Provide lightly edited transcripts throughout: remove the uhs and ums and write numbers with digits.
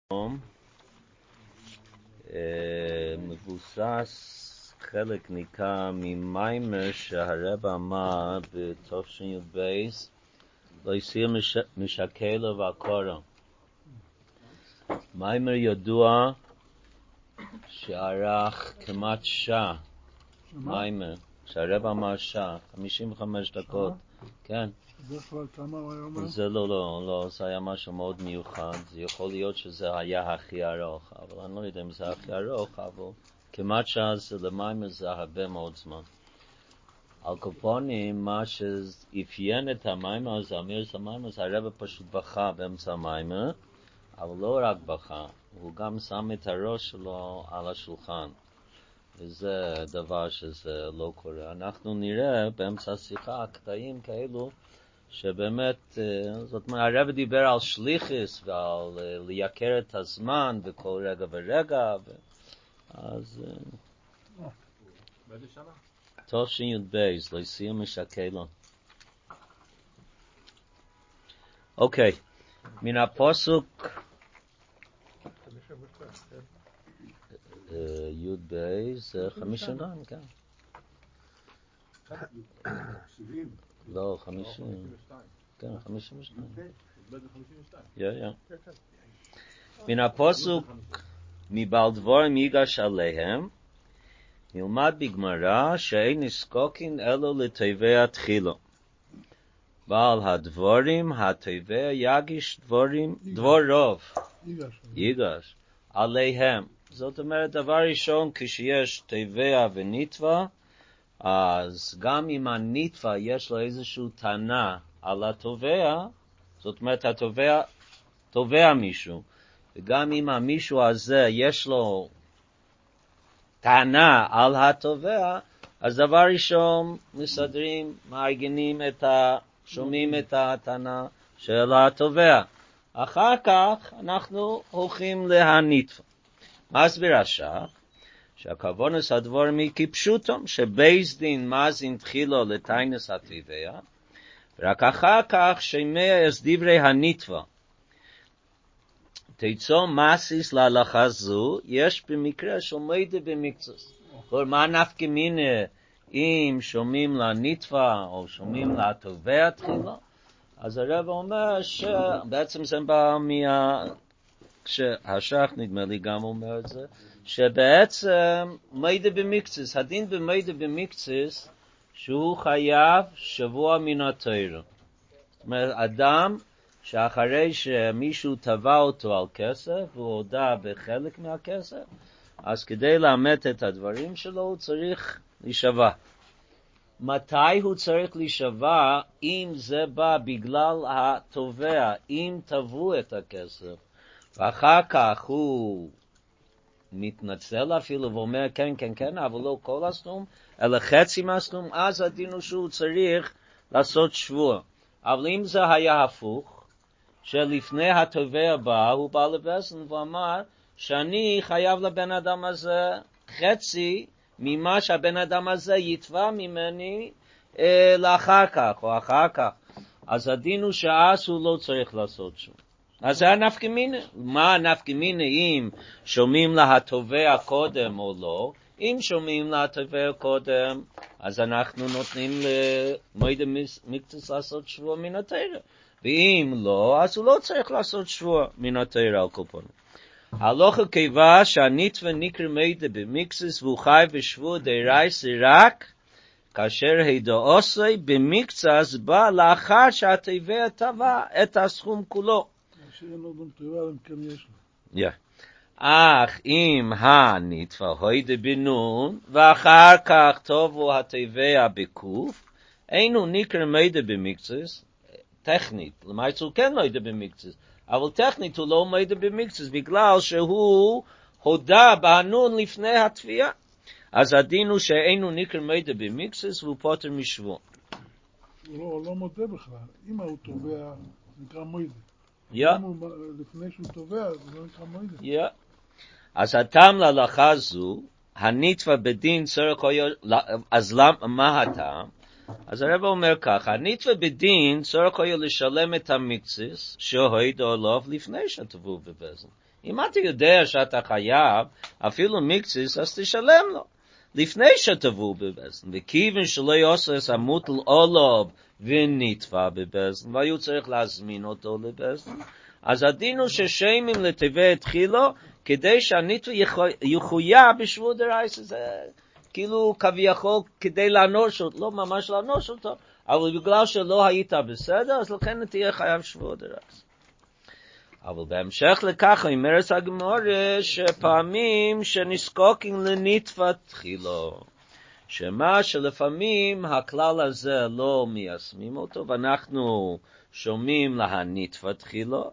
מבוסס חלק ניכר ממיימר שהרב אמר בתש"ב לא יסיר משקלו והקורו. מיימר ידוע שערך כמעט שעה, מיימר שהרב אמר שעה, 55 דקות. כן. זה לא, זה היה משהו מאוד מיוחד. זה יכול להיות שזה היה הכי ארוך, אבל אני לא יודע אם זה הכי ארוך, אבל כמעט שעה זה למיימר זה הרבה מאוד זמן. על קופונים, מה שאפיין את המיימר, זה אמיר את המיימר, זה הרב פשוט בכה באמצע המיימר, אבל לא רק בכה, הוא גם שם את הראש שלו על השולחן. וזה דבר שזה לא קורה. אנחנו נראה באמצע השיחה קטעים כאלו, שבאמת, זאת אומרת, הרב דיבר על שליחס ועל לייקר את הזמן בכל רגע ורגע, אז... באיזה שנה? תש"ב, לא יסיר משקלו. אוקיי, מן הפסוק י"ב זה 52, כן. 70. לא, 50. כן, 52. מן הפסוק מבעל דבורים ייגש עליהם, נלמד בגמרא שאין נזקוקין אלו לטובי התחילו. ועל הדבורים הטובי יגיש דבור רוב. ייגש עליהם. זאת אומרת, דבר ראשון, כשיש טבע ונטבע, אז גם אם הנטבע יש לו איזשהו טענה על הטובע, זאת אומרת, הטובע טובע מישהו, וגם אם המישהו הזה יש לו טענה על הטובע, אז דבר ראשון מסדרים, מארגנים שומעים את הטענה של הטובע. אחר כך אנחנו הולכים להנטבע. מסביר השח, שהכוונס הדבורים היא כפשוטם, שבייס דין מזין תחילו לטיינס הטבע, ורק אחר כך שמע את דברי הנטבע. תיצור מסיס להלכה זו, יש במקרה שומעידה במקצוס. מה נפקא מינה אם שומעים לנטבע או שומעים לטובע תחילה? אז הרב אומר שבעצם זה בא שהשח נדמה לי גם אומר את זה, שבעצם מידה במקצוס, הדין במידה במקצוס, שהוא חייב שבוע מן התורה. זאת אומרת, אדם שאחרי שמישהו תבע אותו על כסף, והוא הודע בחלק מהכסף, אז כדי לאמת את הדברים שלו, הוא צריך להישבע. מתי הוא צריך להישבע? אם זה בא בגלל התובע, אם תבעו את הכסף, ואחר כך הוא מתנצל אפילו ואומר כן, כן, כן, אבל לא כל הסכום, אלא חצי מהסכום, אז הדין הוא שהוא צריך לעשות שבוע. אבל אם זה היה הפוך, שלפני התובע בא, הוא בא לבסן ואמר שאני חייב לבן אדם הזה חצי ממה שהבן אדם הזה יתבע ממני לאחר כך או אחר כך. אז הדין הוא שאז הוא לא צריך לעשות שום. אז זה הנפקא מינה. מה הנפקא מינה אם שומעים להתובע קודם או לא? אם שומעים להתובע קודם, אז אנחנו נותנים למועד מקצוס לעשות שבוע מן התורה. ואם לא, אז הוא לא צריך לעשות שבוע מן התורה על כל פנים. הלכה קבע שהנטבע נקרא מידה במקצוס והוא חי בשבוע דרייסה רק כאשר הידעוסי במקצוס בא לאחר שהטבע תבע את הסכום כולו. אך אם הנטבע הוידה בנון ואחר כך תבעו הטבע בקוף, אינו נקרא מידה במקצוס. טכנית, למעשה הוא כן לא ידע במקצוס, אבל טכנית הוא לא מידע במקצוס, בגלל שהוא הודע בנון לפני התביעה. אז הדין הוא שאינו נקרא מידע במקצוס, והוא פוטר משבוע. הוא לא מודה בכלל. אם הוא תובע, נקרא מידע. לפני שהוא תובע, זה לא נקרא מידע. אז הטעם להלכה זו, הנטבע בדין צריך אז מה הטעם? אז הרב אומר ככה, הנטבע בדין צריך היה לשלם את המקצוס שהוידו עליו לפני שתבעו בבזן. אם אתה יודע שאתה חייב, אפילו מקציס, אז תשלם לו. לפני שתבוא בבזן, וכיוון שלא יעשה את המוטל עולו ונתבע בבזן, והיו צריך להזמין אותו לבזן, אז הדין הוא ששמים לטבע התחילו, כדי שהנתבע יחויה בשבוע דרייסה, זה כאילו כביכול כדי לענוש אותו, לא ממש לענוש אותו, אבל בגלל שלא היית בסדר, אז לכן תהיה חייב שבוע דרייסה. אבל בהמשך לכך, אומרת הגמרא שפעמים שנזקוקים לנתבע תחילו, שמה שלפעמים הכלל הזה לא מיישמים אותו, ואנחנו שומעים להנתבע תחילו,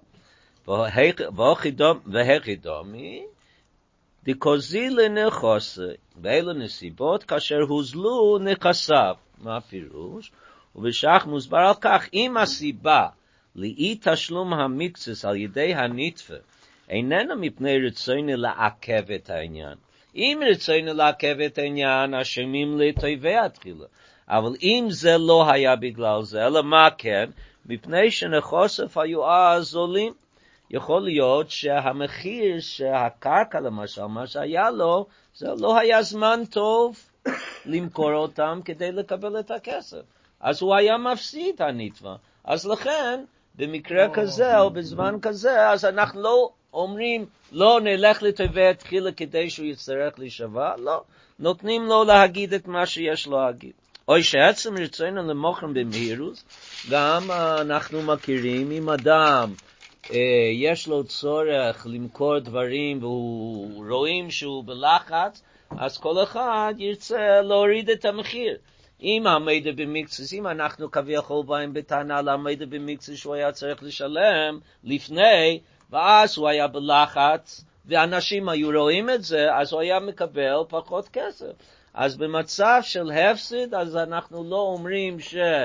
והחידומי, דקוזי לנכוס, ואלו נסיבות כאשר הוזלו נכסיו. מה הפירוש? ובשח מוסבר על כך, אם הסיבה לאי תשלום המקצס על ידי הנתבע איננה מפני רצוני לעכב את העניין. אם רצוני לעכב את העניין, אשמים לתובע תחילה. אבל אם זה לא היה בגלל זה, אלא מה כן? מפני שנכוסף היו אז זולים. יכול להיות שהמחיר שהקרקע למשל, מה שהיה לו, זה לא היה זמן טוב למכור אותם כדי לקבל את הכסף. אז הוא היה מפסיד הנתבע. אז לכן, במקרה כזה או בזמן כזה, אז אנחנו לא אומרים, לא נלך לתובע תחילה כדי שהוא יצטרך להישבע, לא. נותנים לו להגיד את מה שיש לו להגיד. או שעצם רצונו למוכרם במהירות, גם אנחנו מכירים עם אדם, יש לו צורך למכור דברים והוא רואים שהוא בלחץ, אז כל אחד ירצה להוריד את המחיר. אם המידע במקצס, אם אנחנו כביכול באים בטענה למידע במקצס שהוא היה צריך לשלם לפני, ואז הוא היה בלחץ, ואנשים היו רואים את זה, אז הוא היה מקבל פחות כסף. אז במצב של הפסד, אז אנחנו לא אומרים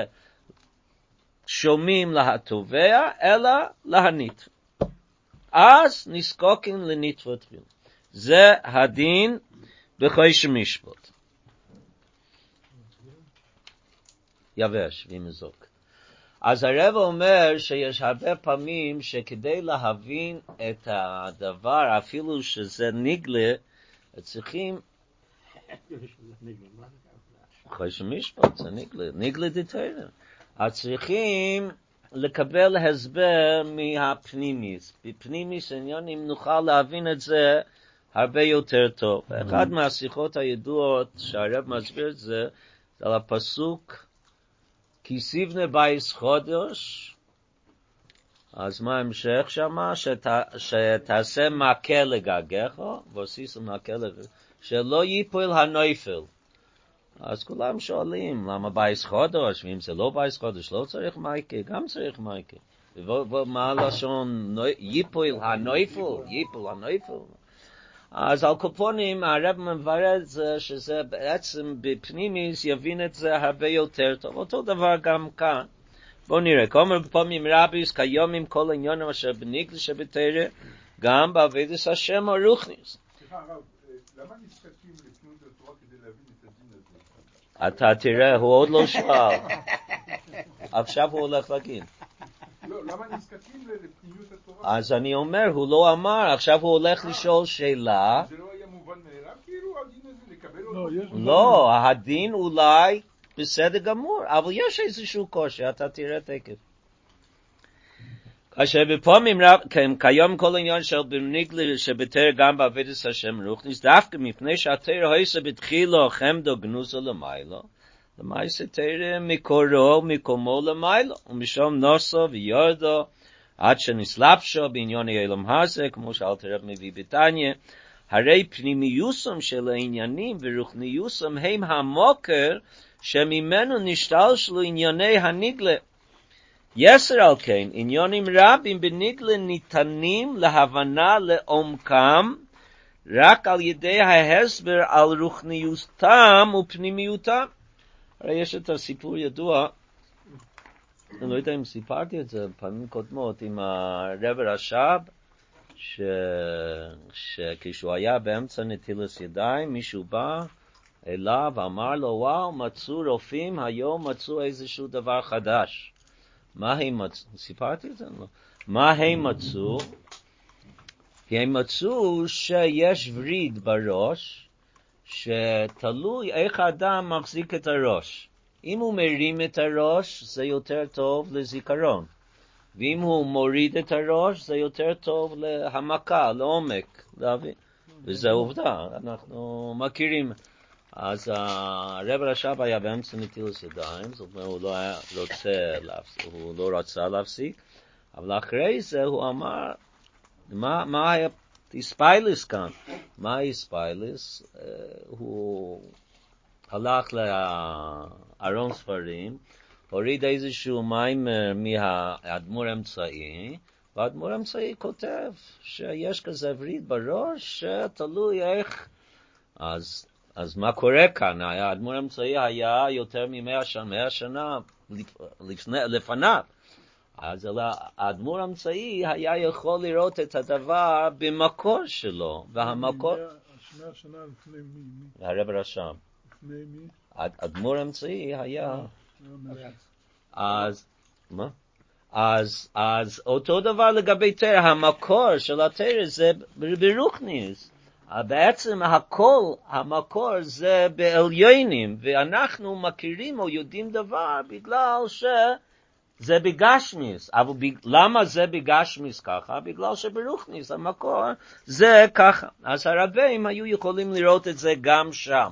ששומעים לתובע, אלא להנתבע. אז נזקוקים לנתבע תחילה. זה הדין בחוש משפט. יבש ומזוק. אז הרב אומר שיש הרבה פעמים שכדי להבין את הדבר, אפילו שזה נגלה, צריכים חוש משפט, זה נגלה דתרא. אז צריכים לקבל הסבר מהפנימיס. בפנימיס עניונים נוכל להבין את זה הרבה יותר טוב. אחד מהשיחות הידועות שהרב מסביר את זה, זה על הפסוק כי סיבנה בייס חודש, אז מה המשך שמה? שתעשה מכה לגגך, ועושיס מכה לגגך, שלא ייפול הנויפל. אז כולם שואלים, למה בייס חודש? ואם זה לא בייס חודש, לא צריך מייקה, גם צריך מייקה. ומה הלשון? ייפול הנויפל? ייפול הנויפל? אז על קופונים הרב מברר את זה, שזה בעצם בפנימיס יבין את זה הרבה יותר טוב. אותו דבר גם כאן. בואו נראה, כלומר בפעמים רביס, כיומים כל עניונים אשר בנגלה שבתרא, גם בעבודת השם הרוחניס. סליחה הרב, למה נזקקים לפנות לתורה כדי להבין את הדין הזה? אתה תראה, הוא עוד לא שאל. עכשיו הוא הולך להגיד. לא, למה נזקקים לפנימיות התורה? אז אני אומר, הוא לא אמר, עכשיו הוא הולך לשאול שאלה. זה לא היה מובן מאליו, כאילו הדין הזה לקבל אותו? לא, הדין אולי בסדר גמור, אבל יש איזשהו קושי, אתה תראה תקף. כאשר בפעמים כיום כל עניין של בנגלה שבתרא גם בעבודת השם רוחניס, דווקא מפני שהתרא היסה בתחילו חמדו גנוזו למיילו, למעשה תרא מקורו מקומו למיילו, ומשום נוסו ויורדו, עד שנסלבשו בעניוני אילם הזה, כמו שאלתר רב מביא בתניא, הרי פנימיוסם של העניינים ורוחניוסם הם המוקר שממנו נשתלשלו ענייני הנגלה. יסר על כן, עניונים רבים בנגלה ניתנים להבנה לעומקם, רק על ידי ההסבר על רוחניותם ופנימיותם. הרי יש את הסיפור ידוע, אני לא יודע אם סיפרתי את זה פעמים קודמות, עם הרב רש"ב, שכשהוא היה באמצע נטילת ידיים, מישהו בא אליו ואמר לו, וואו, מצאו רופאים, היום מצאו איזשהו דבר חדש. מה הם מצאו? סיפרתי את זה? לא. מה הם מצאו? כי הם מצאו שיש וריד בראש, שתלוי איך האדם מחזיק את הראש. אם הוא מרים את הראש, זה יותר טוב לזיכרון. ואם הוא מוריד את הראש, זה יותר טוב להמקה, לעומק, להבין. וזה עובדה, אנחנו מכירים. אז הרב רש"ב היה באמצע נטילת ידיים, זאת אומרת, הוא לא רצה להפסיק, אבל אחרי זה הוא אמר, מה היה הספיילס כאן? מה הספיילס? הוא הלך לארון ספרים, הוריד איזשהו מים מהאדמו"ר אמצעי, והאדמו"ר אמצעי כותב שיש כזה וריד בראש שתלוי איך. אז מה קורה כאן? האדמו"ר אמצעי היה יותר מ100 שנה לפניו. אז האדמו"ר אמצעי היה יכול לראות את הדבר במקור שלו, והמקור... 100 שנה לפני מי? הרב רש"ב. לפני מי? האדמו"ר אמצעי היה... אז אותו דבר לגבי תורה, המקור של התורה זה ברוחניס. בעצם המקור זה בעליונים, ואנחנו מכירים או יודעים דבר בגלל שזה בגשמיס. אבל למה זה בגשמיס ככה? בגלל שברוחניס המקור זה ככה. אז הרבים היו יכולים לראות את זה גם שם.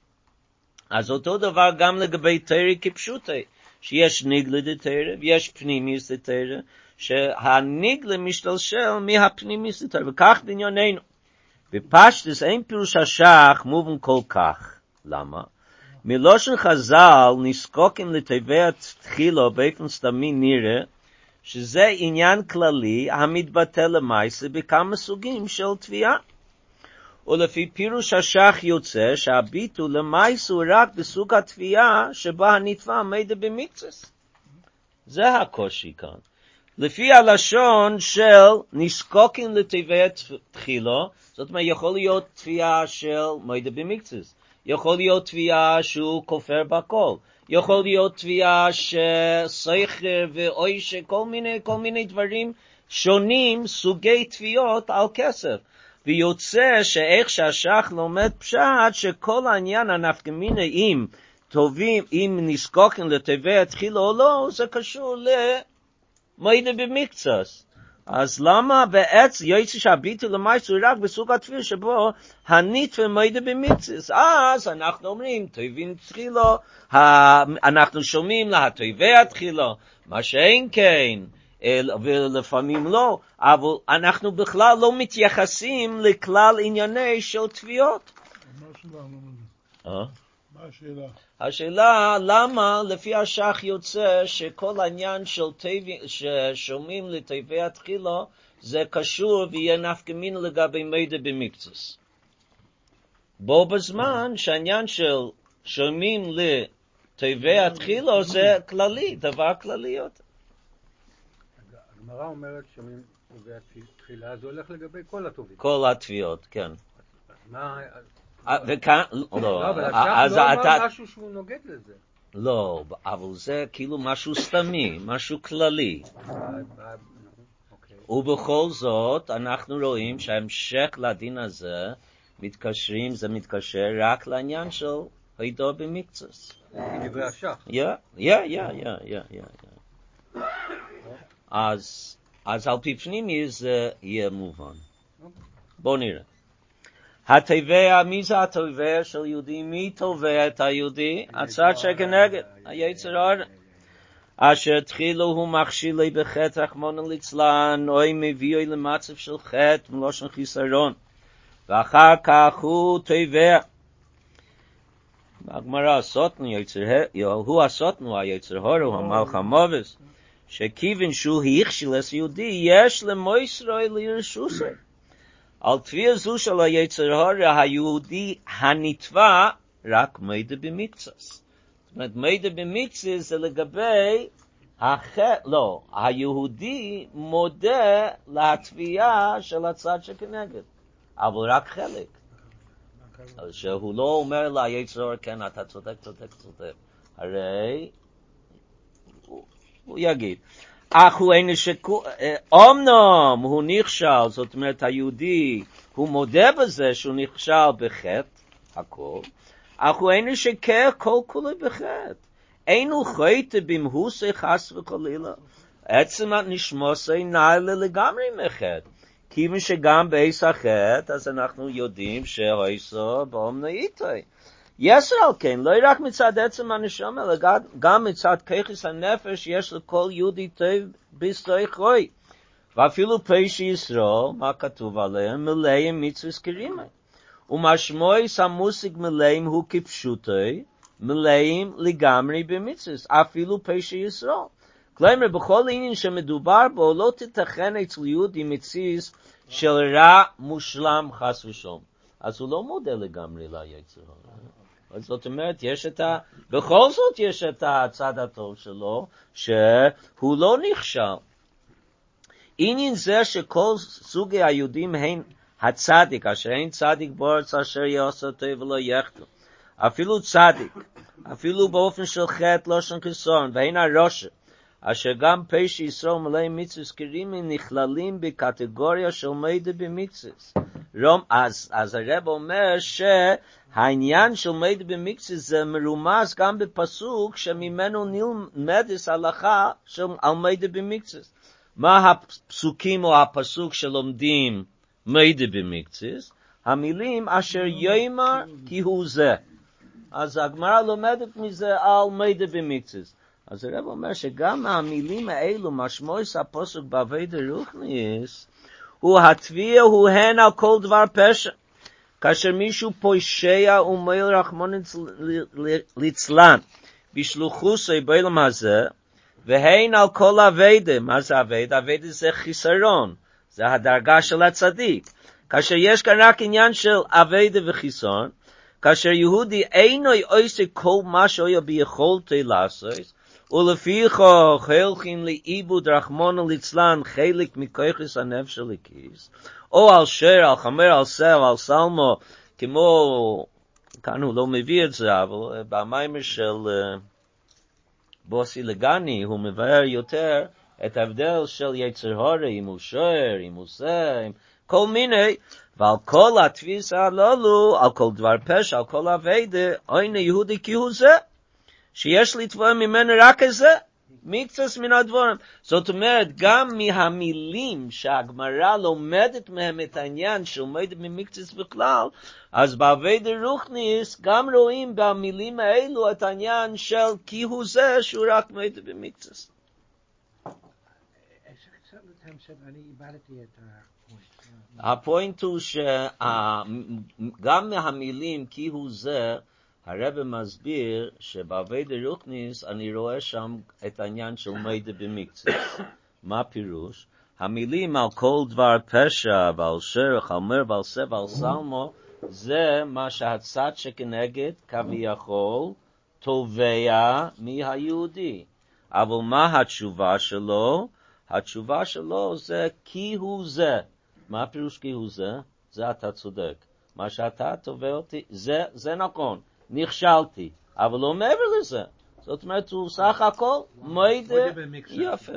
אז אותו דבר גם לגבי תורה כפשוטי, שיש ניגלה דתורה ויש פנימיוס דתורה, שהניגלה משתלשל מהפנימיוס דתורה, וכך בענייננו. בפשטוס אין פירוש השח מובן כל כך. למה? מלושן חז"ל נזקוקים לטבע תחילו באופן סתמי נראה, שזה עניין כללי המתבטא למעשה בכמה סוגים של תביעה. ולפי פירוש השח יוצא שהביטול למעשה הוא רק בסוג התביעה שבה הנתבע עומד במקצת. זה הקושי כאן. לפי הלשון של נזקוקים לטבע תחילו, זאת אומרת, יכול להיות תביעה של מוידה במקצת, יכול להיות תביעה שהוא כופר בכל, יכול להיות תביעה שסייכר ואויש, כל מיני דברים שונים, סוגי תביעות על כסף. ויוצא שאיך שהשח לומד פשט, שכל העניין הנפקמינה אם נזקוקים לטבע תחילו או לא, זה קשור למוידה במקצת. אז למה בעצם יוצא שהביטול למעשה הוא רק בסוג התביעה שבו הנתבע מוידה במקצת? אז אנחנו אומרים תבין תחילו, אנחנו שומעים לה תבע תחילו, מה שאין כן, ולפעמים לא, אבל אנחנו בכלל לא מתייחסים לכלל ענייני של תביעות. מה השאלה? השאלה, למה לפי השח יוצא שכל העניין של ששומעים לטבע תחילו, זה קשור ויהיה נפקא מינה לגבי מידע במקצת. בו בזמן שהעניין של שומעים לטבע תחילו זה כללי, דבר כללי יותר. הגמרא אומרת שומעים טבע תחילה, זה הולך לגבי כל הטובים. כל התביעות, כן. מה... וכאן, לא, אבל השח לא אמר משהו שהוא נוגד לזה. לא, אבל זה כאילו משהו סתמי, משהו כללי. ובכל זאת, אנחנו רואים שההמשך לדין הזה זה מתקשר רק לעניין של הידוע במקצת. דברי השח. אז על פי פנימי זה יהיה מובן. בואו נראה. התובע, מי זה התובע של יהודי? מי תובע את היהודי? הצד שכנגד, היצר הרע. אשר תחילו הוא מכשילי בחטא רחמנא ליצלן, או מביאו למצב של חטא מלושן חיסרון. ואחר כך הוא תובע. הגמרא הסוטנו, הוא הסוטנו, היצר הרע, הוא המלך המובס, שכיוון שהוא הכשיל את יהודי, יש למויסרוי לירשוסי. על תביעה זו של היצר הרע, היהודי הנתבע רק מידע במקצת. זאת אומרת, מידע במקצת זה לגבי היהודי מודה לתביעה של הצד שכנגד, אבל רק חלק. שהוא לא אומר ליצר הרע, כן, אתה צודק. הרי הוא יגיד. אך הוא אין אומנם הוא נכשל, זאת אומרת היהודי, הוא מודה בזה שהוא נכשל בחטא, הכל, אך הוא אין שקר כל כולו בחטא. אין הוא חטא במהוסי חס וחלילה. עצם הנשמוס אינה לגמרי מחטא. כיוון שגם בעץ החטא, אז אנחנו יודעים שהויסו באומנה איתוי. יסר על כן, לא רק מצד עצם הנשמה, אלא גם מצד כיחס הנפש, יש לכל יהודי טוב בסתוכו. ואפילו פשע ישראל, מה כתוב עליהם? מלאים מצוות קרימי. ומשמעוס המושג מלאים הוא כפשוטי, מלאים לגמרי במצוות, אפילו פשע ישראל. כלומר, בכל עניין שמדובר בו, לא תתכן אצל יהודי מציאות של רע מושלם חס ושלום. אז הוא לא מודה לגמרי ליצר הרע. זאת אומרת, בכל זאת יש את הצד הטוב שלו, שהוא לא נכשל. עניין זה שכל סוגי היהודים הם הצדיק, אשר אין צדיק בארץ אשר יעשה טוב ולא יחטא. אפילו צדיק, אפילו באופן של חטא לא של חיסרון, והן הרשע, אשר גם פשע ישראל מלא מצוות קרימי נכללים בקטגוריה של מידע במצוות. אז הרב אומר שהעניין של מידע במצוות זה מרומז גם בפסוק שממנו נלמדת הלכה על מידע במצוות. מה הפסוקים או הפסוק שלומדים מידע במצוות? המילים אשר יאמר כי הוא זה. אז הגמרא לומדת מזה על מידע במצוות. אז הרב אומר שגם המילים האלו, משמעוס הפסוק בעבודה רוחנית, הוא התביעה הוא הן על כל דבר פשע. כאשר מישהו פושע ומועיל רחמנא ליצלן בשלוחוסו בעולם הזה, והן על כל עבודה. מה זה עבודה? עבודה זה חיסרון, זה הדרגה של הצדיק. כאשר יש כאן רק עניין של עבודה וחיסרון, כאשר יהודי אינו עושה כל מה שהוא ביכולתו לעשות, ולפיכך הולכים לאיבוד רחמנא ליצלן חלק מכוחס הנפש של הכיס, או על שר, על חמר, על סל, על סלמו, כמו, כאן הוא לא מביא את זה, אבל במיימר של בוסי לגני הוא מבאר יותר את ההבדל של יצר הרע, אם הוא שר, אם הוא זה, כל מיני, ועל כל התפיסה הללו, על כל דבר פשע, על כל עבודה, הנה יהודי כי הוא זה. שיש לתבוע ממנו רק זה, מקצת מן הדברים. זאת אומרת, גם מהמילים שהגמרא לומדת מהם את העניין שעומד במקצת בכלל, אז בעבודה רוחנית גם רואים במילים האלו את העניין של כי הוא זה שהוא רק עומד במקצת. אני איבדתי את הפוינט הוא שגם מהמילים כי הוא זה, הרב מסביר שבעבודה רוחנית אני רואה שם את העניין של מידע במקצת. מה פירוש? המילים על כל דבר פשע ועל שרח, על מר ועל סב ועל סלמו, זה מה שהצד שכנגד כביכול תובע מהיהודי. אבל מה התשובה שלו? התשובה שלו זה כי הוא זה. מה הפירוש כי הוא זה? זה אתה צודק. מה שאתה תובע אותי, זה נכון. נכשלתי, אבל לא מעבר לזה. זאת אומרת, הוא סך הכל מידע יפה.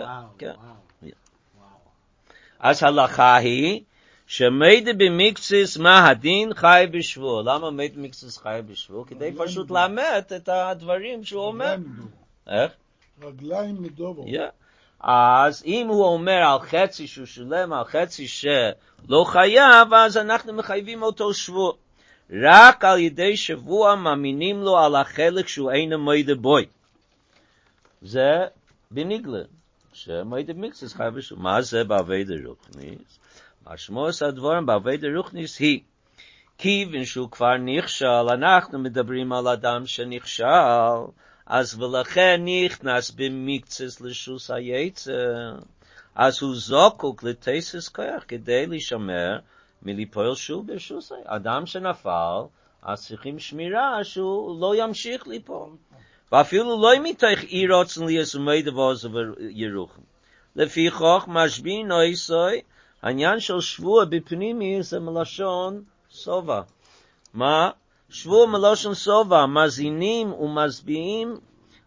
אז הלכה היא שמידע במקצת מה הדין חי בשבוע. למה מידע במקצת חי בשבוע? כדי פשוט לאמת את הדברים שהוא אומר. איך? רגליים מדובר. אז אם הוא אומר על חצי שהוא שלם, על חצי שלא חייב, אז אנחנו מחייבים אותו שבוע. רק על ידי שבוע מאמינים לו על החלק שהוא אינו מידע בוי. זה בניגלה, שמידע במקצת חי בשבוע. מה זה בעבודה רוחנית? משמעות הדברים בעבודה רוחנית היא, כיוון שהוא כבר נכשל, אנחנו מדברים על אדם שנכשל, אז ולכן נכנס במקצת לשוס היצר, אז הוא זקוק לתסס כוח כדי לשמר מליפול שוב בשוס היצר. אדם שנפל, אז צריכים שמירה שהוא לא ימשיך ליפול. ואפילו לא מתוך אי רוצן ליסומי דבוז וירוחם. לפיכך משבין נויסוי, העניין של שבוע בפנימי זה מלשון סובה. מה? שבוע מלשון סובה, מזינים ומסביעים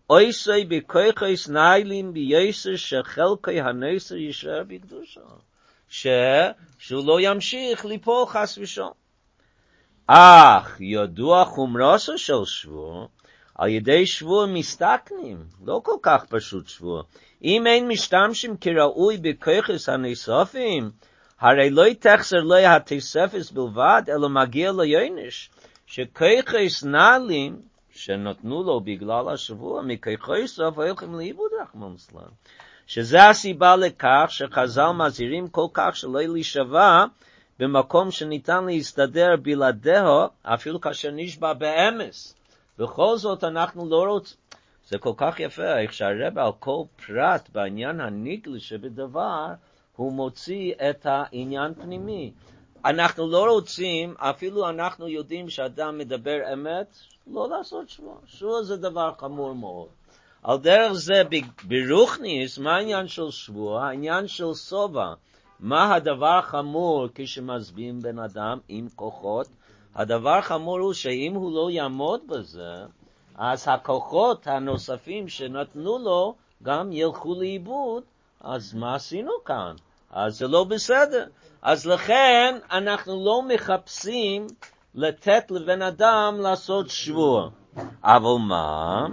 oisei bekoichos nailim biyeser shechelkei haneser yisher bikdusha. שהוא לא ימשיך ליפול חס ושלום. אך ידוע חומרתו של שבוע, על ידי שבוע מסתכנים, לא כל כך פשוט שבוע. אם אין משתמשים כראוי בכוחס הנאספים, הרי לא תחסר לו התוספת בלבד, אלא מגיע ליונש, שכוחס נעלים, שנתנו לו בגלל השבוע, מכוחס סוף הולכים לאיבוד רחמנא ליצלן. שזה הסיבה לכך שחז"ל מזהירים כל כך שלא להישבע במקום שניתן להסתדר בלעדיו, אפילו כאשר נשבע באמס. בכל זאת אנחנו לא רוצים. זה כל כך יפה, איך שהרב על כל פרט בעניין הנגלה שבדבר, הוא מוציא את העניין פנימי. אנחנו לא רוצים, אפילו אנחנו יודעים שאדם מדבר אמת, לא לעשות שבוע. שבוע זה דבר חמור מאוד. על דרך זה ברוחניס, מה העניין של שבוע? העניין של סובה. מה הדבר חמור כשמזביעים בן אדם עם כוחות? הדבר חמור הוא שאם הוא לא יעמוד בזה, אז הכוחות הנוספים שנתנו לו גם ילכו לאיבוד. אז מה עשינו כאן? אז זה לא בסדר. אז לכן אנחנו לא מחפשים לתת לבן אדם לעשות שבוע. אבל מה?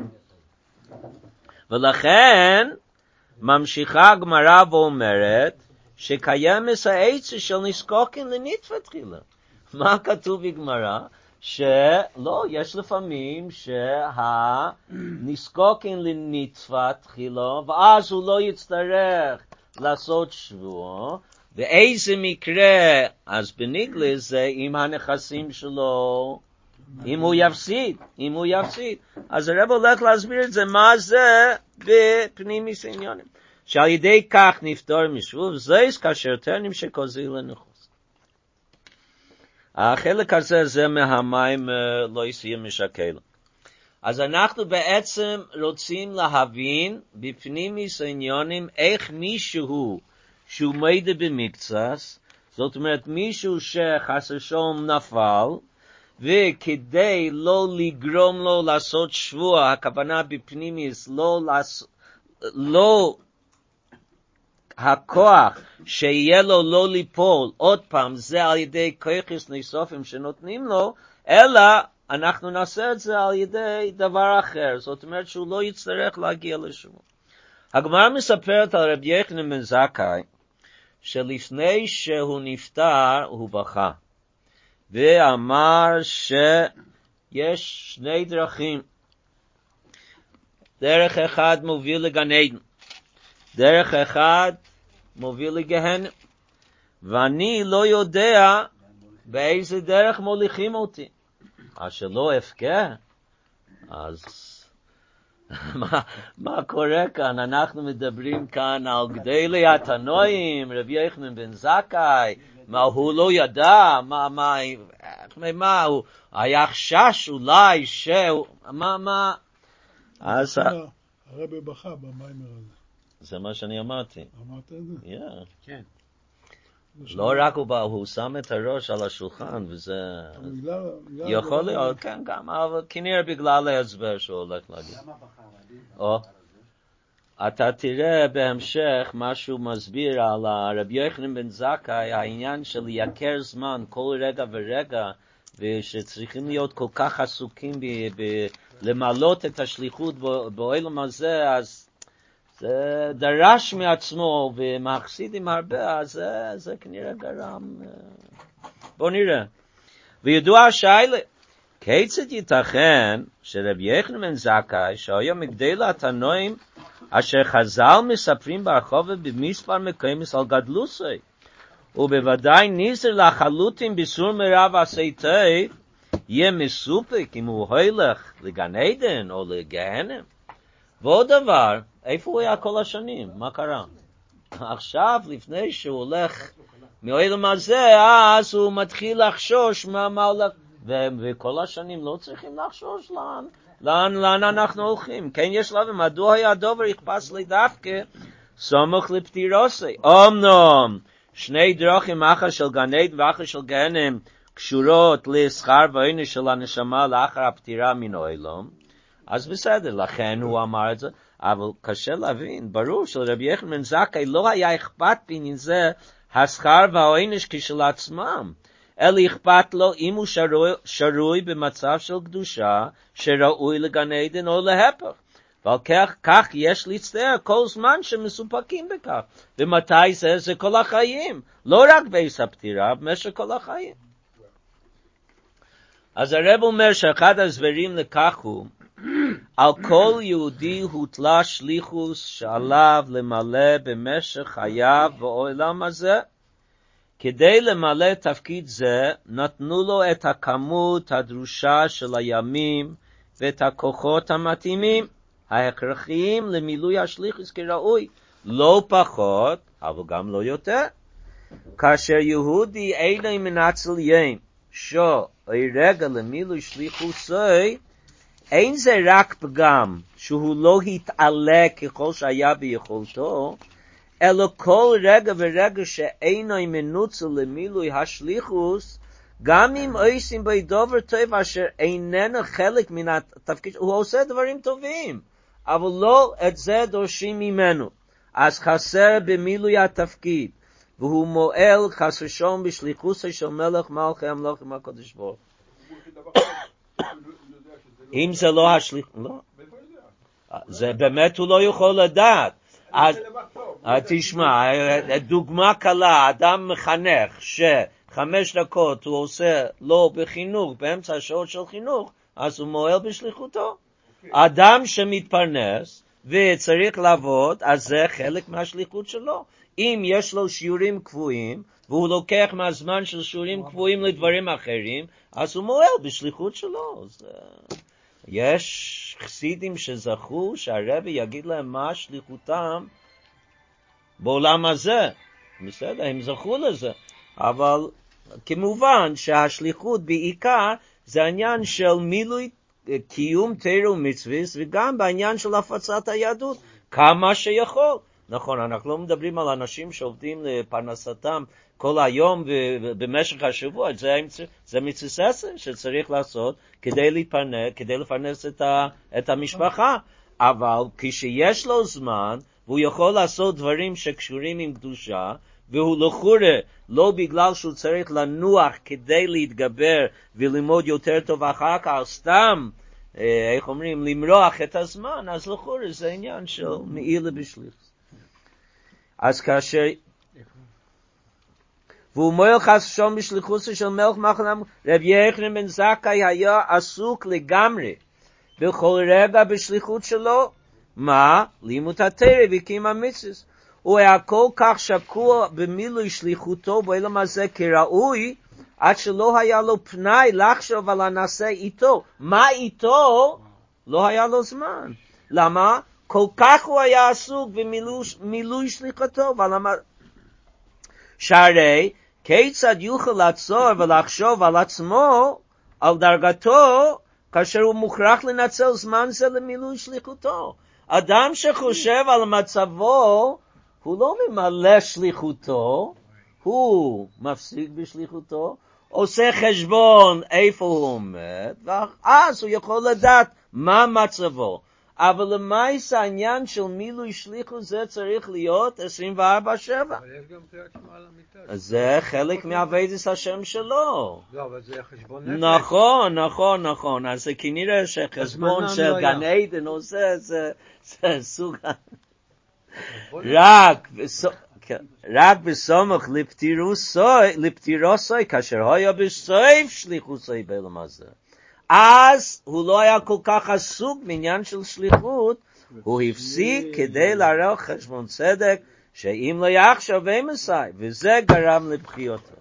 ולכן ממשיכה הגמרא ואומרת שקיימת העצה של נזקוקין לנטפת תחילה. מה כתוב בגמרא? שלא, יש לפעמים שהנזקוקין לנטפת תחילה, ואז הוא לא יצטרך לעשות שבוע. ואיזה מקרה? אז בניגלה זה עם הנכסים שלו, אם הוא יפסיד. אז הרב הולך להסביר את זה, מה זה בפנימיס עניונים. שעל ידי כך נפטור משבוע, זויס כאשר טרנים שכוזי לנכוס. החלק הזה זה מהמים לא יסיים משקל. אז אנחנו בעצם רוצים להבין בפנימיס עניונים איך מישהו שהוא מידע במקצס, זאת אומרת מישהו שחס ושלום נפל, וכדי לא לגרום לו לעשות שבוע, הכוונה בפנימיס, לא הכוח שיהיה לו לא ליפול, עוד פעם, זה על ידי כוחס נאספים שנותנים לו, אלא אנחנו נעשה את זה על ידי דבר אחר, זאת אומרת שהוא לא יצטרך להגיע לשבוע. הגמרא מספרת על רבי יוחנן בן זכאי, שלפני שהוא נפטר הוא בכה. ואמר שיש שני דרכים. דרך אחד מוביל לגן עדן. דרך אחד מוביל לגהנם. ואני לא יודע באיזה דרך מוליכים אותי. אז שלא אפקה. אז מה קורה כאן? אנחנו מדברים כאן על גדולי התנועים, רבי יוחנן בן זכאי, מה הוא לא ידע, מה הוא היה חשש אולי מה אז הרבי בכה במיימר הזה. זה מה שאני אמרתי. אמרת את זה? כן. לא רק הוא שם את הראש על השולחן, וזה יכול להיות, כן, גם, אבל כנראה בגלל ההסבר שהוא הולך להגיד. למה בחר? אתה תראה בהמשך משהו מסביר על רבי יוחנן בן זכאי, העניין של יקר זמן כל רגע ורגע, ושצריכים להיות כל כך עסוקים למלות את השליחות בעולם הזה, אז זה דרש מעצמו ומחסידים הרבה, אז זה כנראה גרם. בוא נראה. וידוע השאלה, כיצד ייתכן שרבי יוחנן בן זכאי, שהיה מגדולי התנועים, אשר חז"ל מספרים ברחובה במספר מקומות על גדלותו, ובוודאי נזהר לחלוטין בסור מרע ועשה טוב, יהיה מסופק אם הוא הולך לגן עדן או לגהנם. ועוד דבר, איפה הוא היה כל השנים? מה קרה? עכשיו, לפני שהוא הולך מעולם הזה, אז הוא מתחיל לחשוש מה הולך, וכל השנים לא צריכים לחשוש לאן אנחנו הולכים. כן יש לה, ומדוע היה הדובר יחפש לי דווקא סמוך לפטירוסי. אמנם שני דרכים, אחר של גן עדן ואחר של גהנם, קשורות לשכר ועונש של הנשמה לאחר הפטירה מן העולם, אז בסדר, לכן הוא אמר את זה, אבל קשה להבין, ברור שלרבי יוחנן בן זכאי לא היה אכפת בעניין זה השכר והעונש כשלעצמם, אלא אכפת לו אם הוא שרוי במצב של קדושה שראוי לגן עדן או להפך. ועל כך יש להצטער כל זמן שמסופקים בכך. ומתי זה? זה כל החיים. לא רק בעץ הפטירה, במשך כל החיים. אז הרב אומר שאחד ההסברים לכך הוא, על כל יהודי הוטלה שליחוס שעליו למלא במשך חייו בעולם הזה, כדי למלא תפקיד זה, נתנו לו את הכמות הדרושה של הימים ואת הכוחות המתאימים, ההכרחיים למילוי השליחוס כראוי, לא פחות, אבל גם לא יותר. כאשר יהודי אינו מנצל יום, רגע למילוי שליחוסי, אין זה רק פגם שהוא לא התעלה ככל שהיה ביכולתו, אלא כל רגע ורגע שאינו מנוצל למילוי השליחוס, גם אם עושים בו דבר טוב אשר איננו חלק מן התפקיד, הוא עושה דברים טובים, אבל לא את זה דורשים ממנו. אז חסר במילוי התפקיד, והוא מועל חס ושלום בשליחוסו של מלך מלכי המלכים הקדוש ברוך הוא. אם זה לא השליח, לא. זה באמת הוא לא יכול לדעת. תשמע, דוגמה קלה, אדם מחנך ש5 דקות הוא עושה לא בחינוך, באמצע השעות של חינוך, אז הוא מועל בשליחותו. אדם שמתפרנס וצריך לעבוד, אז זה חלק מהשליחות שלו. אם יש לו שיעורים קבועים, והוא לוקח מהזמן של שיעורים קבועים לדברים אחרים, אז הוא מועל בשליחות שלו. יש חסידים שזכו שהרבי יגיד להם מה שליחותם בעולם הזה. בסדר, הם זכו לזה. אבל כמובן שהשליחות בעיקר זה העניין של מילוי קיום תורה ומצוות, וגם בעניין של הפצת היהדות, כמה שיכול. נכון, אנחנו לא מדברים על אנשים שעובדים לפרנסתם כל היום במשך השבוע, זה מצווה שצריך לעשות כדי לפרנס את המשפחה. אבל כשיש לו זמן, והוא יכול לעשות דברים שקשורים עם קדושה, והוא לחורה, לא בגלל שהוא צריך לנוח כדי להתגבר וללמוד יותר טוב אחר כך, סתם, איך אומרים, למרוח את הזמן, אז לחורה זה עניין של מעילה בשליח. אז כאשר, והוא מועל חס ושלום בשליחוסו של מלך מחלם, רבי יוחנן בן זכאי היה עסוק לגמרי, בכל רגע בשליחות שלו, מה? לימוד התורה וקיום המצוות. הוא היה כל כך שקוע במילוי שליחותו בעולם הזה כראוי, עד שלא היה לו פנאי לחשוב על הנעשה איתו. מה איתו? לא היה לו זמן. למה? כל כך הוא היה עסוק במילוי שליחותו, שהרי כיצד יוכל לעצור ולחשוב על עצמו, על דרגתו, כאשר הוא מוכרח לנצל זמן זה למילוי שליחותו. אדם שחושב על מצבו, הוא לא ממלא שליחותו, הוא מפסיק בשליחותו, עושה חשבון איפה הוא עומד, ואז הוא יכול לדעת מה מצבו. אבל למעשה העניין של מילוי שליחות זה צריך להיות 24/7. אבל יש גם קריאת שמע על המיטה. זה חלק מעבודת השם שלו. לא, אבל זה חשבון נפש. נכון. אז זה כנראה שחשבון של גן עדן עושה, זה סוג... רק בסמוך לפטירוסוי, כאשר היה בסוף שליחוסוי בעולם הזה. אז הוא לא היה כל כך עסוק בעניין של שליחות, הוא הפסיק כדי לערוך חשבון צדק, שאם לא יחשוב אמסי, וזה גרם לבכייתו.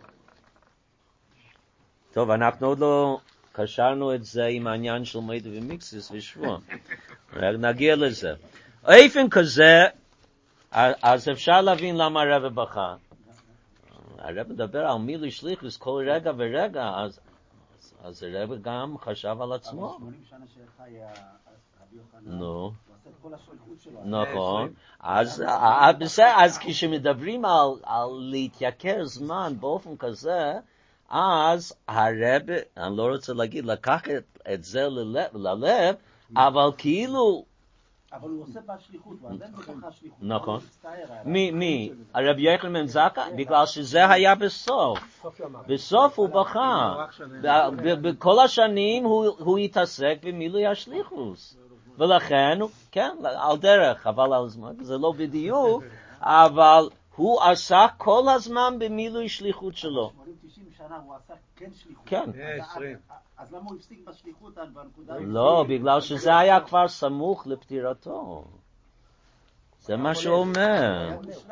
טוב, אנחנו עוד לא קשרנו את זה עם העניין של מועד ומקצת ושבוע. נגיע לזה. איפן כזה, אז אפשר להבין למה הרב בכה. הרב מדבר על מילוי שליחוס כל רגע ורגע, אז הרב גם חשב על עצמו. 80 שנה שחי רבי יוחנן, נו. הוא עשה את כל השליחות שלו. נכון. אז כשמדברים על להתייקר זמן באופן כזה, אז הרב, אני לא רוצה להגיד, לקח את זה ללב, אבל כאילו, אבל הוא עושה בשליחות, הוא עדיין בתוך השליחות. נכון. הוא מצטער עליו. מי? הרב יחנן בן זכאי? בגלל שזה היה בסוף. בסוף הוא בכה. בכל השנים הוא התעסק במילוי השליחוס. ולכן, כן, על דרך, אבל על זמן, זה לא בדיוק, אבל הוא עשה כל הזמן במילוי שליחות שלו. 80-90 שנה הוא עשה כן שליחות. כן. אז למה הוא הפסיק בשליחות בנקודה? לא, בגלל שזה היה כבר סמוך לפטירתו. זה מה שהוא אומר.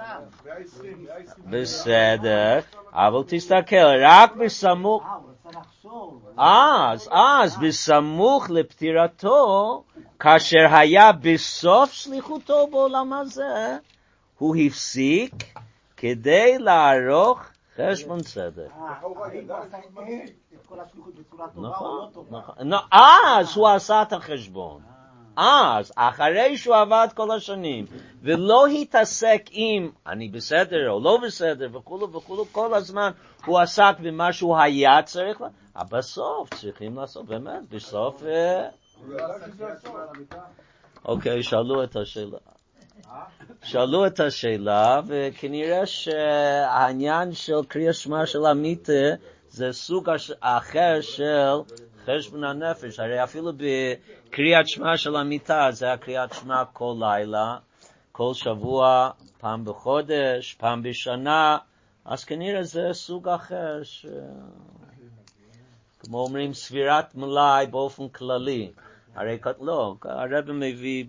בסדר, אבל תסתכל, רק בסמוך, אז בסמוך לפטירתו, כאשר היה בסוף שליחותו בעולם הזה, הוא הפסיק כדי לערוך חשבון צדק. נכון. אז הוא עשה את החשבון. אז, אחרי שהוא עבד כל השנים, ולא התעסק עם אני בסדר או לא בסדר וכולו וכולו, כל הזמן הוא עסק במה שהוא היה צריך, בסוף צריכים לעשות, באמת, בסוף... אוקיי, שאלו את השאלה, וכנראה שהעניין של קריאת שמע של המיתה, זה סוג אחר של חשבון הנפש. הרי אפילו בקריאת שמע של המיטה, זה הקריאת שמע כל לילה, כל שבוע, פעם בחודש, פעם בשנה, אז כנראה זה סוג אחר, כמו אומרים, ספירת מלאי באופן כללי. הרי לא, הרב מביא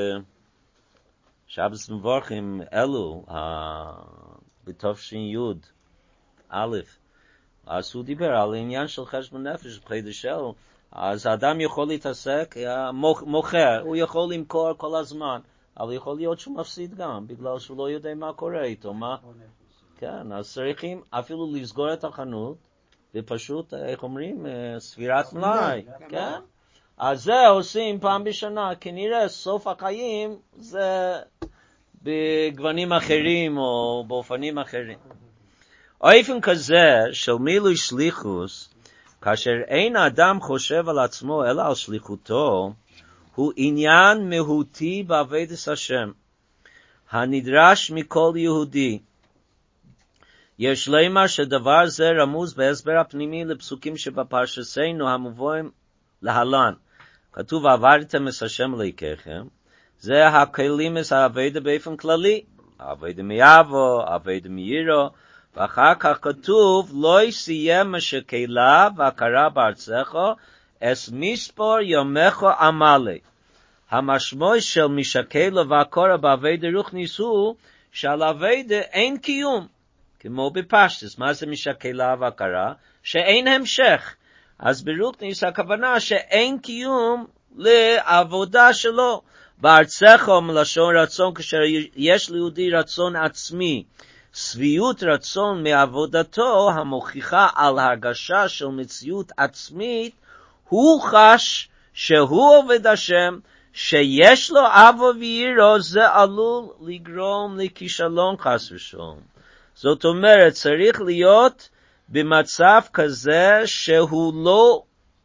בשבס מבורכים אלו, בתופשין יוד, א', אז הוא דיבר על העניין של חשבון נפש בחידש אלו, אז האדם יכול להתעסק, מוכר, הוא יכול למכור כל הזמן, אבל יכול להיות שהוא מפסיד גם, בגלל שהוא לא יודע מה קורה איתו, מה? כן, אז צריכים אפילו לסגור את החנות, ופשוט, איך אומרים, ספירת מלאי, כן? אז זה עושים פעם בשנה, כנראה סוף החיים זה בגוונים אחרים או באופנים אחרים. אופן כזה של מילוי שליחוס, כאשר אין האדם חושב על עצמו אלא על שליחותו, הוא עניין מהותי בעבודת השם, הנדרש מכל יהודי. יש לומר שדבר זה רמוז בהסבר הפנימי לפסוקים שבפרשתנו המובאים להלן. כתוב, עבדתם את השם אלוהיכם, זה הכלים את העבודה באופן כללי, העבודה מיבו, העבודה מיירו, ואחר כך כתוב, לא סיים השקלה והכרה בארצך, אס מספור יומך עמלי. המשמעות של משקלה והכרה בעבודה רוחנית הוא שעל עבודה אין קיום, כמו בפשטוס. מה זה משקלה והכרה? שאין המשך. אז ברוחנית הכוונה שאין קיום לעבודה שלו. בארצך מלשון רצון, כאשר יש ליהודי רצון עצמי, שביעות רצון מעבודתו המוכיחה על הרגשה של מציאות עצמית, הוא חש שהוא עובד השם, שיש לו אבו וירו, זה עלול לגרום לכישלון חס ושלום. זאת אומרת, צריך להיות במצב כזה שהוא לא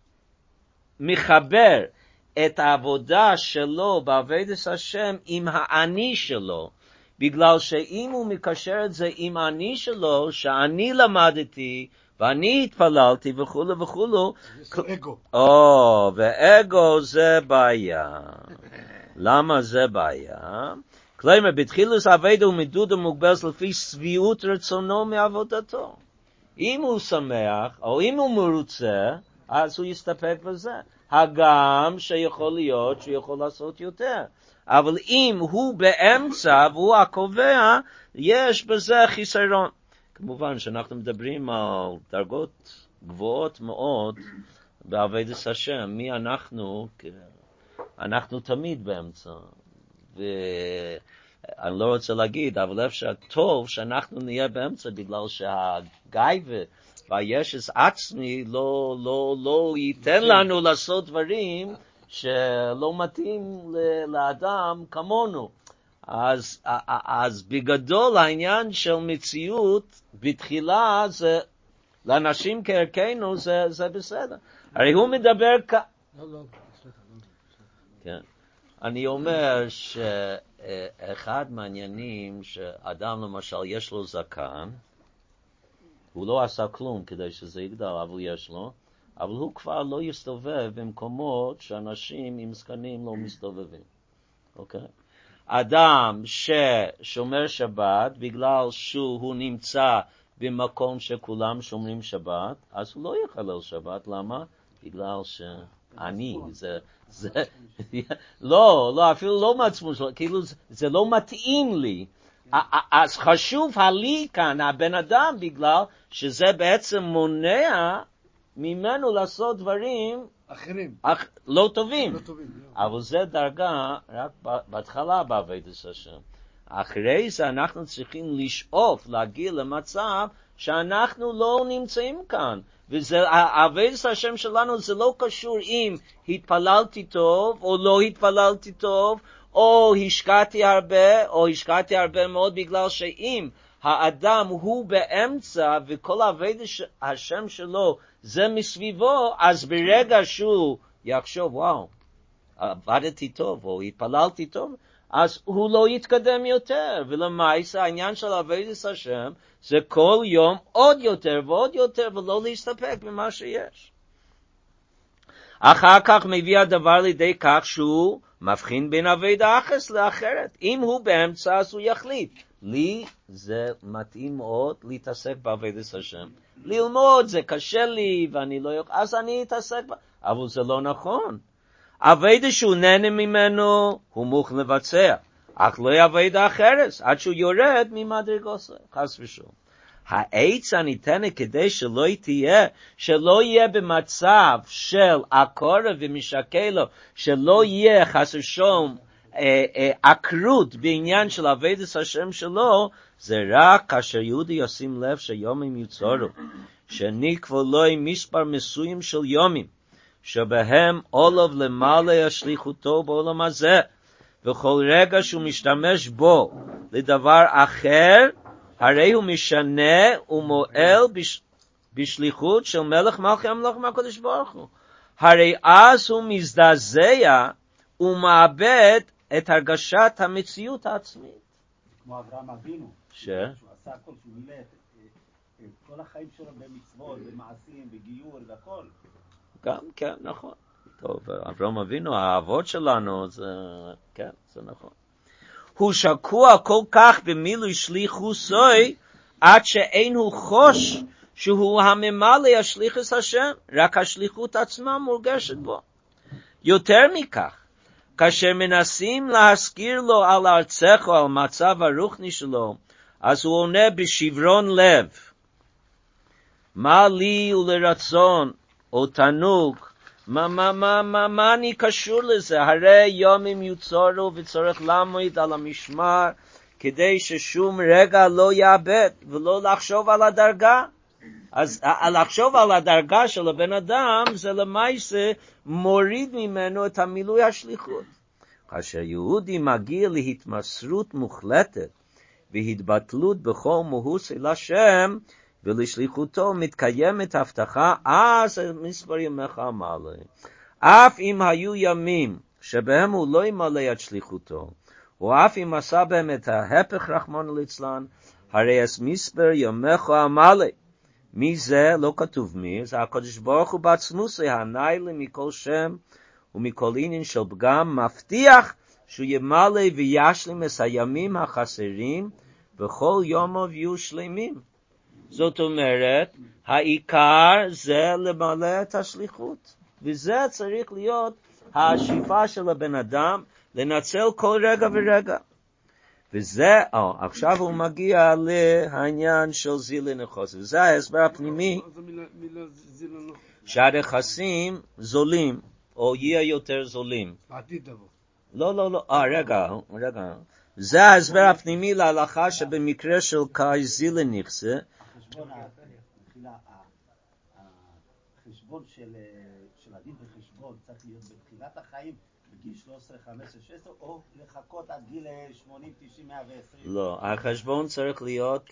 מחבר את העבודה שלו בעבודת השם עם האני שלו, בגלל שאם הוא מקשר את זה עם האני שלו, שאני למדתי ואני התפללתי וכולו וכולו, זה אגו. ואגו זה בעיה. למה זה בעיה? כלומר, בתחילת העבודה הוא מדוד ומוגבל לפי שביעות רצונו מעבודתו. אם הוא שמח, או אם הוא מרוצה, אז הוא יסתפק בזה. הגם שיכול להיות שהוא יכול לעשות יותר. אבל אם הוא באמצע והוא הקובע, יש בזה חיסרון. כמובן שאנחנו מדברים על דרגות גבוהות מאוד בעבודת השם. מי אנחנו? אנחנו תמיד באמצע. ואני לא רוצה להגיד, אבל אפשר טוב שאנחנו נהיה באמצע, בגלל שהגאווה והישס עצמי לא ייתן לנו לעשות דברים שלא מתאים לאדם כמונו. אז בגדול העניין של מציאות בתחילה זה לאנשים כערכנו זה בסדר. הרי הוא מדבר לא, כן? אני אומר שאחד מהעניינים שאדם למשל יש לו זקן, הוא לא עשה כלום כדי שזה יגדל, אבל יש לו, אבל הוא כבר לא יסתובב במקומות שאנשים עם זקנים לא מסתובבים. אוקיי? אדם ששומר שבת, בגלל שהוא נמצא במקום שכולם שומרים שבת, אז הוא לא יחלל שבת. למה? בגלל שאני, לא, אפילו לא מעצמו שלו, כאילו זה לא מתאים לי. אז חשוב לי כאן, הבן אדם, בגלל שזה בעצם מונע ממנו לעשות דברים אחרים. לא טובים. אבל זה דרגה רק בהתחלה בעבודת השם. אחרי זה אנחנו צריכים לשאוף להגיע למצב שאנחנו לא נמצאים כאן. ועבודת השם שלנו זה לא קשור אם התפללתי טוב או לא התפללתי טוב, או השקעתי הרבה או השקעתי הרבה מאוד, בגלל שאם האדם הוא באמצע וכל עבודת השם שלו זה מסביבו, אז ברגע שהוא יחשוב, וואו, עבדתי טוב או התפללתי טוב, אז הוא לא יתקדם יותר. ולמעשה העניין של עבודת השם זה כל יום עוד יותר ועוד יותר, ולא להסתפק במה שיש. אחר כך מביא הדבר לידי כך שהוא מבחין בין עבודה אחת לאחרת. אם הוא באמצע אז הוא יחליט, לי זה מתאים מאוד להתעסק בעבודת השם. ללמוד זה קשה לי ואני לא יכול, אז אני אתעסק אבל זה לא נכון. עבודה שהוא נהנה ממנו הוא מוכן לבצע, אך לא עבודה אחרת עד שהוא יורד ממדרגות, חס ושלום. העץ הניתנת כדי שלא יהיה במצב של עקרת ומשקה לו, שלא יהיה חס ושלום עקרות בעניין של עבודת השם שלו, זה רק כאשר יהודי ישים לב שיומים יוצרו, שנקבעו לו מספר מסוים של יומים, שבהם עולב למלא השליחותו בעולם הזה, וכל רגע שהוא משתמש בו לדבר אחר, הרי הוא משנה ומועל בשליחות של מלך מלכי המלכים הקדוש ברוך הוא. הרי אז הוא מזדעזע ומאבד את הרגשת המציאות העצמית. כמו אברהם אבינו, שהוא עשה הכל, שהוא מילא את כל החיים שלו במצוות, במעשים, בגיור והכל. גם כן, נכון. טוב, אברהם אבינו, האבות שלנו, זה, כן, זה נכון. הוא שקוע כל כך במילוי שליחותו, עד שאין הוא חוש שהוא הממלא השליחות השם, רק השליחות עצמה מורגשת בו. יותר מכך, כאשר מנסים להזכיר לו על ארצך או על מצב הרוחני שלו, אז הוא עונה בשברון לב, מה לי ולרצון או תענוג, מה אני קשור לזה? הרי יומים יוצרו וצריך לעמוד על המשמר כדי ששום רגע לא יאבד, ולא לחשוב על הדרגה. אז לחשוב על הדרגה של הבן אדם זה למעשה מוריד ממנו את המילוי השליחות. כאשר יהודי מגיע להתמסרות מוחלטת והתבטלות בכל מהות אל השם ולשליחותו מתקיימת הבטחה, אז מספר ימיך המלא. אף אם היו ימים שבהם הוא לא ימלא את שליחותו, או אף אם עשה בהם את ההפך רחמנא ליצלן, הרי אז מספר ימיך המלא. מי זה? לא כתוב מי, זה הקדוש ברוך הוא בעצמו, הנעלה מכל שם ומכל עניין של פגם, מבטיח שהוא ימלא וישלים את הימים החסרים, וכל יום יהיו שלמים. זאת אומרת, העיקר זה למלא את השליחות, וזה צריך להיות השאיפה של הבן אדם, לנצל כל רגע ורגע. וזה, עכשיו הוא מגיע לעניין של זילה נחוס, וזה ההסבר הפנימי, שהנכסים זולים, או יהיה יותר זולים. בעתיד תבוא. לא, רגע. זה ההסבר הפנימי להלכה שבמקרה של קאי זילה נכסה, החשבון של הדין בחשבון צריך להיות בתחילת החיים, בגיל 13, 15, 16, או לחכות עד גיל 80, 90, 120? לא, החשבון צריך להיות,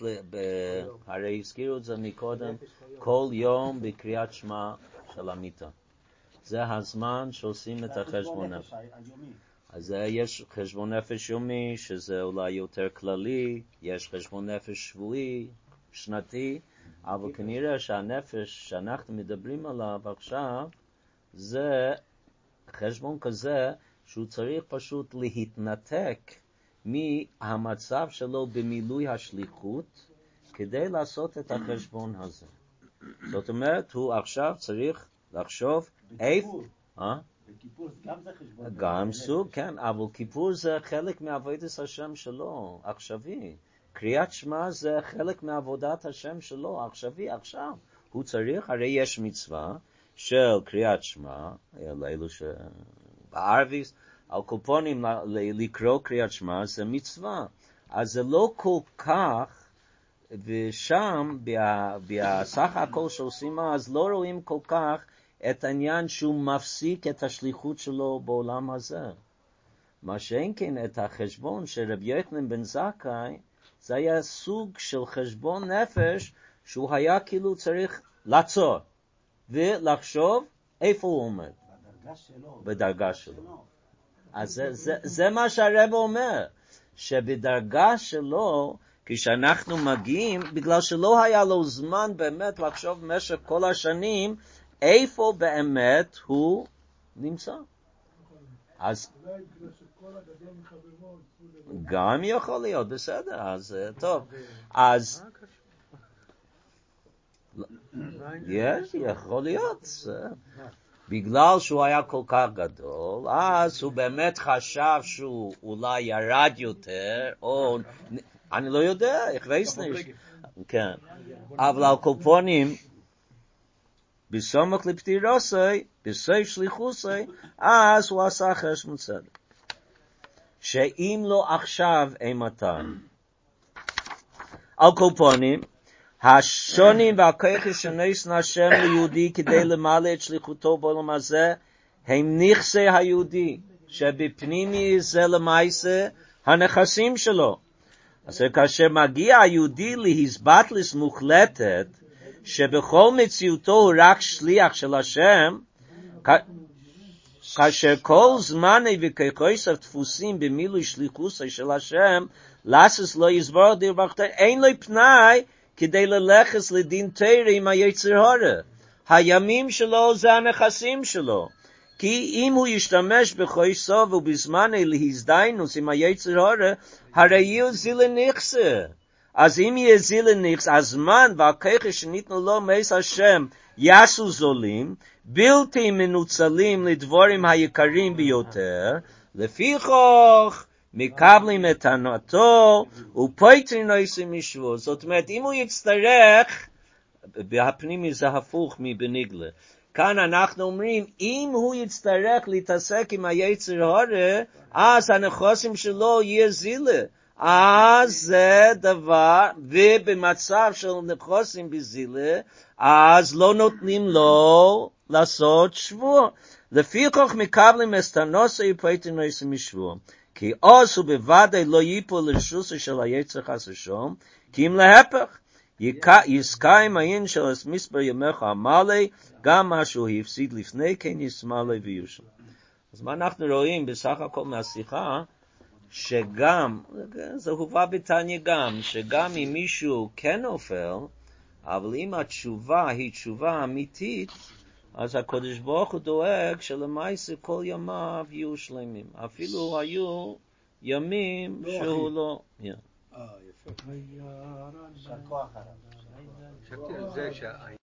הרי הזכירו את זה מקודם, כל יום בקריאת שמע של המיטה. זה הזמן שעושים את החשבון נפש. אז יש חשבון נפש יומי, שזה אולי יותר כללי, יש חשבון נפש שבועי, שנתי, אבל כנראה שהנפש שאנחנו מדברים עליו עכשיו, זה חשבון כזה שהוא צריך פשוט להתנתק מהמצב שלו במילוי השליחות, כדי לעשות את החשבון הזה. זאת אומרת, הוא עכשיו צריך לחשוב איפה... בכיפור גם זה חשבון. גם סוג, כן, אבל כיפור זה חלק מעבודת השם שלו, עכשווי. קריאת שמע זה חלק מעבודת השם שלו, עכשווי, עכשיו. הוא צריך, הרי יש מצווה של קריאת שמע, לאלו שבערביס, על קופונים לקרוא קריאת שמע זה מצווה. אז זה לא כל כך, ושם, בסך הכל שעושים אז, לא רואים כל כך את העניין שהוא מפסיק את השליחות שלו בעולם הזה. מה שאין כן את החשבון של רבי יוחנן בן זכאי, זה היה סוג של חשבון נפש שהוא היה כאילו צריך לעצור ולחשוב איפה הוא עומד. בדרגה שלו. אז זה מה שהרב אומר, שבדרגה שלו, כשאנחנו מגיעים, בגלל שלא היה לו זמן באמת לחשוב במשך כל השנים, איפה באמת הוא נמצא. אז גם יכול להיות, בסדר, אז טוב. אז יש, יכול להיות. בגלל שהוא היה כל כך גדול, אז הוא באמת חשב שהוא אולי ירד יותר, או אני לא יודע, איך weiß nicht. כן. אבל על קופונים, בסמוך לפטירוסי, בסוף שליחוסי, אז הוא עשה חשבון צדק. שאם לא עכשיו אימתן. על קופונים, השונים והכוח שנשא השם ליהודי כדי למלא את שליחותו בעולם הזה, הם נכסי היהודי, שבפנימי זה למעשה הנכסים שלו. אז כאשר מגיע היהודי להסבטלוס מוחלטת, שבכל מציאותו הוא רק שליח של השם, כאשר כל זמני וכוחותיו תפוסים במילוי שליחותו של השם, לעשות לא יסבור דיר בכתר, אין לו פנאי כדי ללכת לדין תורה עם היצר הרע. הימים שלו זה הנכסים שלו. כי אם הוא ישתמש בכוחו ובזמני להזדיינוס עם היצר הרע, הרי יהיו זילה נכסה. אז אם יהיה זילה נכס, הזמן והכוח שניתנו לו מס השם יעשו זולים, בלתי מנוצלים לדבורים היקרים ביותר, לפיכך מקבלים את הנאתו ופויטרים נויסים משבו. זאת אומרת, אם הוא יצטרך, בהפנימי זה הפוך מבניגלה. כאן אנחנו אומרים, אם הוא יצטרך להתעסק עם היצר הרע, אז הנכסים שלו יהיה זילה. אז זה דבר, ובמצב של נכסים בזילה, אז לא נותנים לו לעשות שבוע. לפיכך מקבלים אסתנוסי ופויטרים נויסים משבו. כי אז הוא בוודאי לא ייפול לרשוסו של היצר חס ושלום, כי אם להפך, יזכאים העין של מספר ימיך המלא, גם מה שהוא הפסיד לפני כן ישמלא ויושם. אז מה אנחנו רואים בסך הכל מהשיחה, שגם, זה הובא בתניא גם, שגם אם מישהו כן נופל, אבל אם התשובה היא תשובה אמיתית, אז הקדוש ברוך הוא דואג שלמעשה כל ימיו יהיו שלמים. אפילו היו ימים שהוא לא... יפה. חשבתי על זה